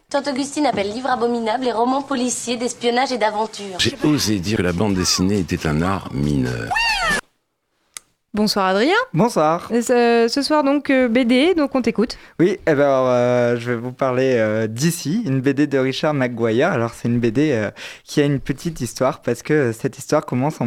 Tante Augustine appelle livres abominables les romans policiers d'espionnage et d'aventure. J'ai osé dire que la bande dessinée était un art mineur. Bonsoir Adrien. Bonsoir. Ce soir donc BD, donc on t'écoute. Oui, alors je vais vous parler d'Ici, une BD de Richard McGuire. Alors c'est une BD qui a une petite histoire parce que cette histoire commence en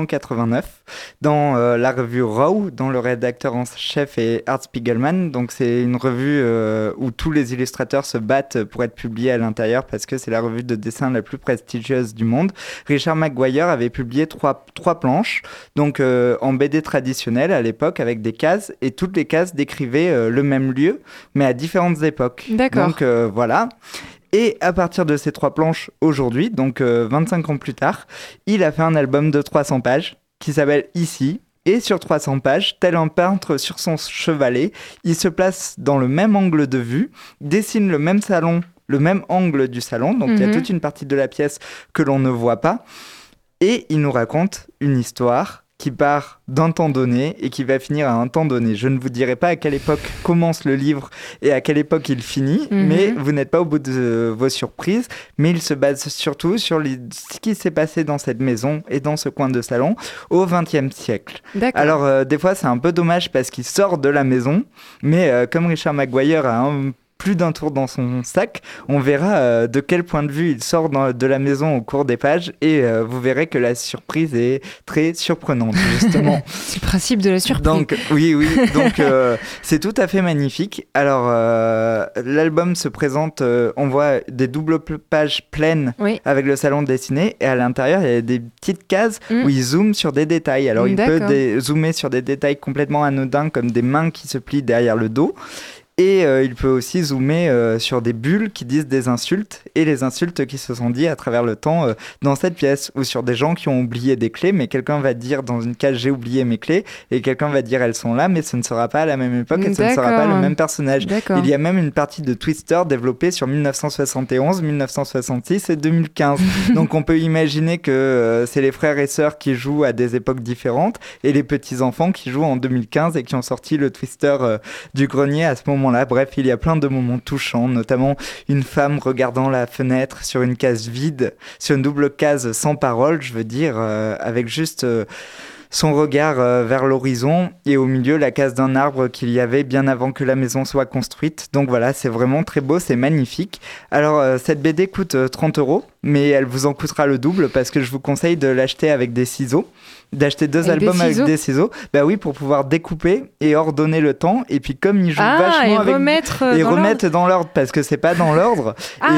1989 dans la revue Raw, dont le rédacteur en chef est Art Spiegelman. Donc c'est une revue où tous les illustrateurs se battent pour être publiés à l'intérieur parce que c'est la revue de dessin la plus prestigieuse du monde. Richard McGuire avait publié trois planches, donc en BD traditionnelle à l'époque avec des cases, et toutes les cases décrivaient le même lieu mais à différentes époques. D'accord. Donc voilà. Et à partir de ces 3 planches aujourd'hui, donc 25 ans plus tard, il a fait un album de 300 pages qui s'appelle Ici. Et sur 300 pages, tel un peintre sur son chevalet, il se place dans le même angle de vue, dessine le même salon, le même angle du salon, donc il y a toute une partie de la pièce que l'on ne voit pas, et il nous raconte une histoire qui part d'un temps donné et qui va finir à un temps donné. Je ne vous dirai pas à quelle époque commence le livre et à quelle époque il finit, mais vous n'êtes pas au bout de vos surprises, mais il se base surtout sur ce qui s'est passé dans cette maison et dans ce coin de salon au XXe siècle. D'accord. Alors, des fois, c'est un peu dommage parce qu'il sort de la maison, mais comme Richard McGuire a plus d'un tour dans son sac, on verra de quel point de vue il sort de la maison au cours des pages, et vous verrez que la surprise est très surprenante, justement. C'est le principe de la surprise. Donc, oui, donc c'est tout à fait magnifique. Alors, l'album se présente, on voit des doubles pages pleines avec le salon dessiné, et à l'intérieur, il y a des petites cases où il zoome sur des détails. Alors, il peut zoomer sur des détails complètement anodins, comme des mains qui se plient derrière le dos. Et il peut aussi zoomer sur des bulles qui disent des insultes, et les insultes qui se sont dites à travers le temps dans cette pièce, ou sur des gens qui ont oublié des clés, mais quelqu'un va dire dans une case « j'ai oublié mes clés », et quelqu'un va dire « elles sont là », mais ce ne sera pas à la même époque et ce ne sera pas le même personnage. D'accord. Il y a même une partie de Twister développée sur 1971, 1966 et 2015. Donc on peut imaginer que c'est les frères et sœurs qui jouent à des époques différentes, et les petits-enfants qui jouent en 2015 et qui ont sorti le Twister du grenier à ce moment-là. Bref, il y a plein de moments touchants, notamment une femme regardant la fenêtre sur une case vide, sur une double case sans parole, je veux dire, avec juste son regard vers l'horizon, et au milieu la case d'un arbre qu'il y avait bien avant que la maison soit construite. Donc voilà, c'est vraiment très beau, c'est magnifique. Alors cette BD coûte 30 €, mais elle vous en coûtera le double parce que je vous conseille de l'acheter avec des ciseaux, d'acheter 2 albums avec des ciseaux. Bah oui, pour pouvoir découper et ordonner le temps. Et puis comme il joue vachement avec remettre dans l'ordre, parce que c'est pas dans l'ordre.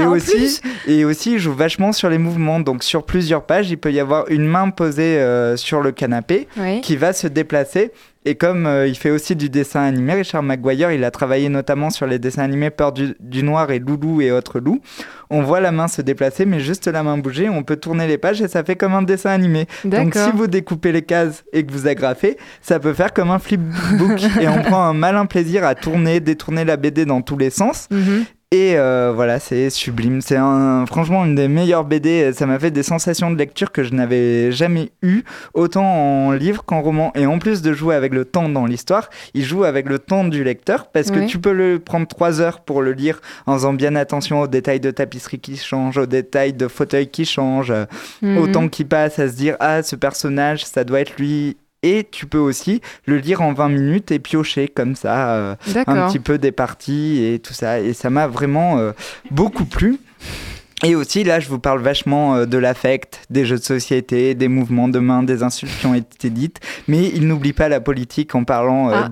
Et aussi il joue vachement sur les mouvements. Donc sur plusieurs pages, il peut y avoir une main posée sur le canapé qui va se déplacer. Et comme il fait aussi du dessin animé, Richard McGuire, il a travaillé notamment sur les dessins animés Peur du Noir et Loulou et autres loups. On voit la main se déplacer, mais juste la main bouger. On peut tourner les pages et ça fait comme un dessin animé. D'accord. Donc si vous découpez les cases et que vous agrafez, ça peut faire comme un flipbook. Et on prend un malin plaisir à détourner la BD dans tous les sens. Et voilà, c'est sublime. C'est franchement une des meilleures BD. Ça m'a fait des sensations de lecture que je n'avais jamais eues, autant en livre qu'en roman. Et en plus de jouer avec le temps dans l'histoire, il joue avec le temps du lecteur, parce que tu peux le prendre 3 heures pour le lire en faisant bien attention aux détails de tapisserie qui changent, aux détails de fauteuil qui changent, au temps qui passe à se dire « Ah, ce personnage, ça doit être lui ». Et tu peux aussi le lire en 20 minutes et piocher comme ça un petit peu des parties et tout ça. Et ça m'a vraiment beaucoup plu. Et aussi, là, je vous parle vachement de l'affect, des jeux de société, des mouvements de main, des insultes qui ont été dites. Mais il n'oublie pas la politique en parlant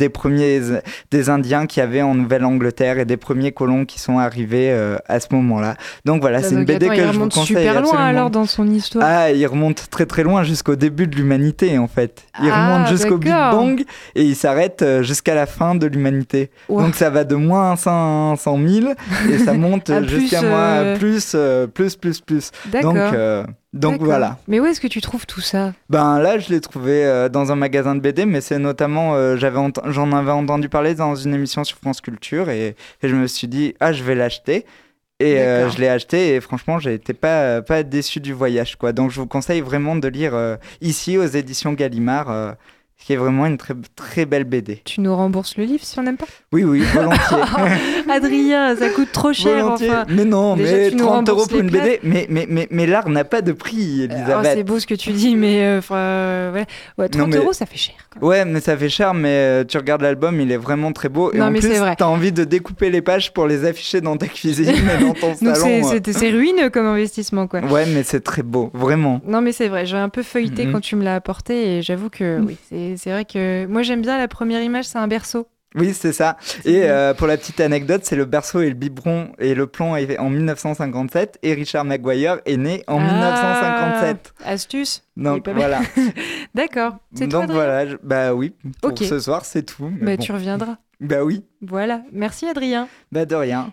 des Indiens qu'il y avait en Nouvelle-Angleterre et des premiers colons qui sont arrivés à ce moment-là. Donc voilà, c'est une BD que je vous conseille. Il remonte super loin absolument. alors dans son histoire. Ah, il remonte très très loin jusqu'au début de l'humanité en fait. Il remonte jusqu'au Big Bang et il s'arrête jusqu'à la fin de l'humanité. Wow. Donc ça va de moins 500 000 et ça monte jusqu'à plus. Donc voilà. Mais où est-ce que tu trouves tout ça ? Ben là, je l'ai trouvé dans un magasin de BD, mais c'est notamment, j'en avais entendu parler dans une émission sur France Culture et je me suis dit, je vais l'acheter. Et je l'ai acheté et franchement, j'ai été pas déçu du voyage, quoi. Donc je vous conseille vraiment de lire Ici aux éditions Gallimard. qui est vraiment une très, très belle BD. Tu nous rembourses le livre si on n'aime pas? Oui, volontiers. Adrien, ça coûte trop cher, Volontiers. enfin. Mais non, Déjà, mais tu nous 30 € rembourses pour une les BD. Mais l'art n'a pas de prix, Oh, Elisabeth. c'est beau ce que tu dis, mais ouais. 30 Non, mais- €, ça fait cher. Quoi. Ouais, mais ça fait cher, mais tu regardes l'album, il est vraiment très beau. Et Non, en mais plus, c'est vrai. t'as envie de découper les pages pour les afficher dans ta cuisine et dans ton Donc salon. c'est ruineux comme investissement, quoi. Ouais, mais c'est très beau, vraiment. Non, mais c'est vrai, j'ai un peu feuilleté quand tu me l'as apporté et j'avoue que oui, c'est vrai que moi j'aime bien la première image, c'est un berceau. Oui, c'est ça. Et pour la petite anecdote, c'est le berceau et le biberon et le plomb en 1957 et Richard Maguire est né en 1957. Astuce. Il est Donc pas bête. voilà. D'accord. C'est toi, Donc Adrien. voilà, bah oui, pour Ok. ce soir, c'est tout. Mais Bah, bon. tu reviendras. Bah oui, Voilà. Merci, Adrien. bah de rien.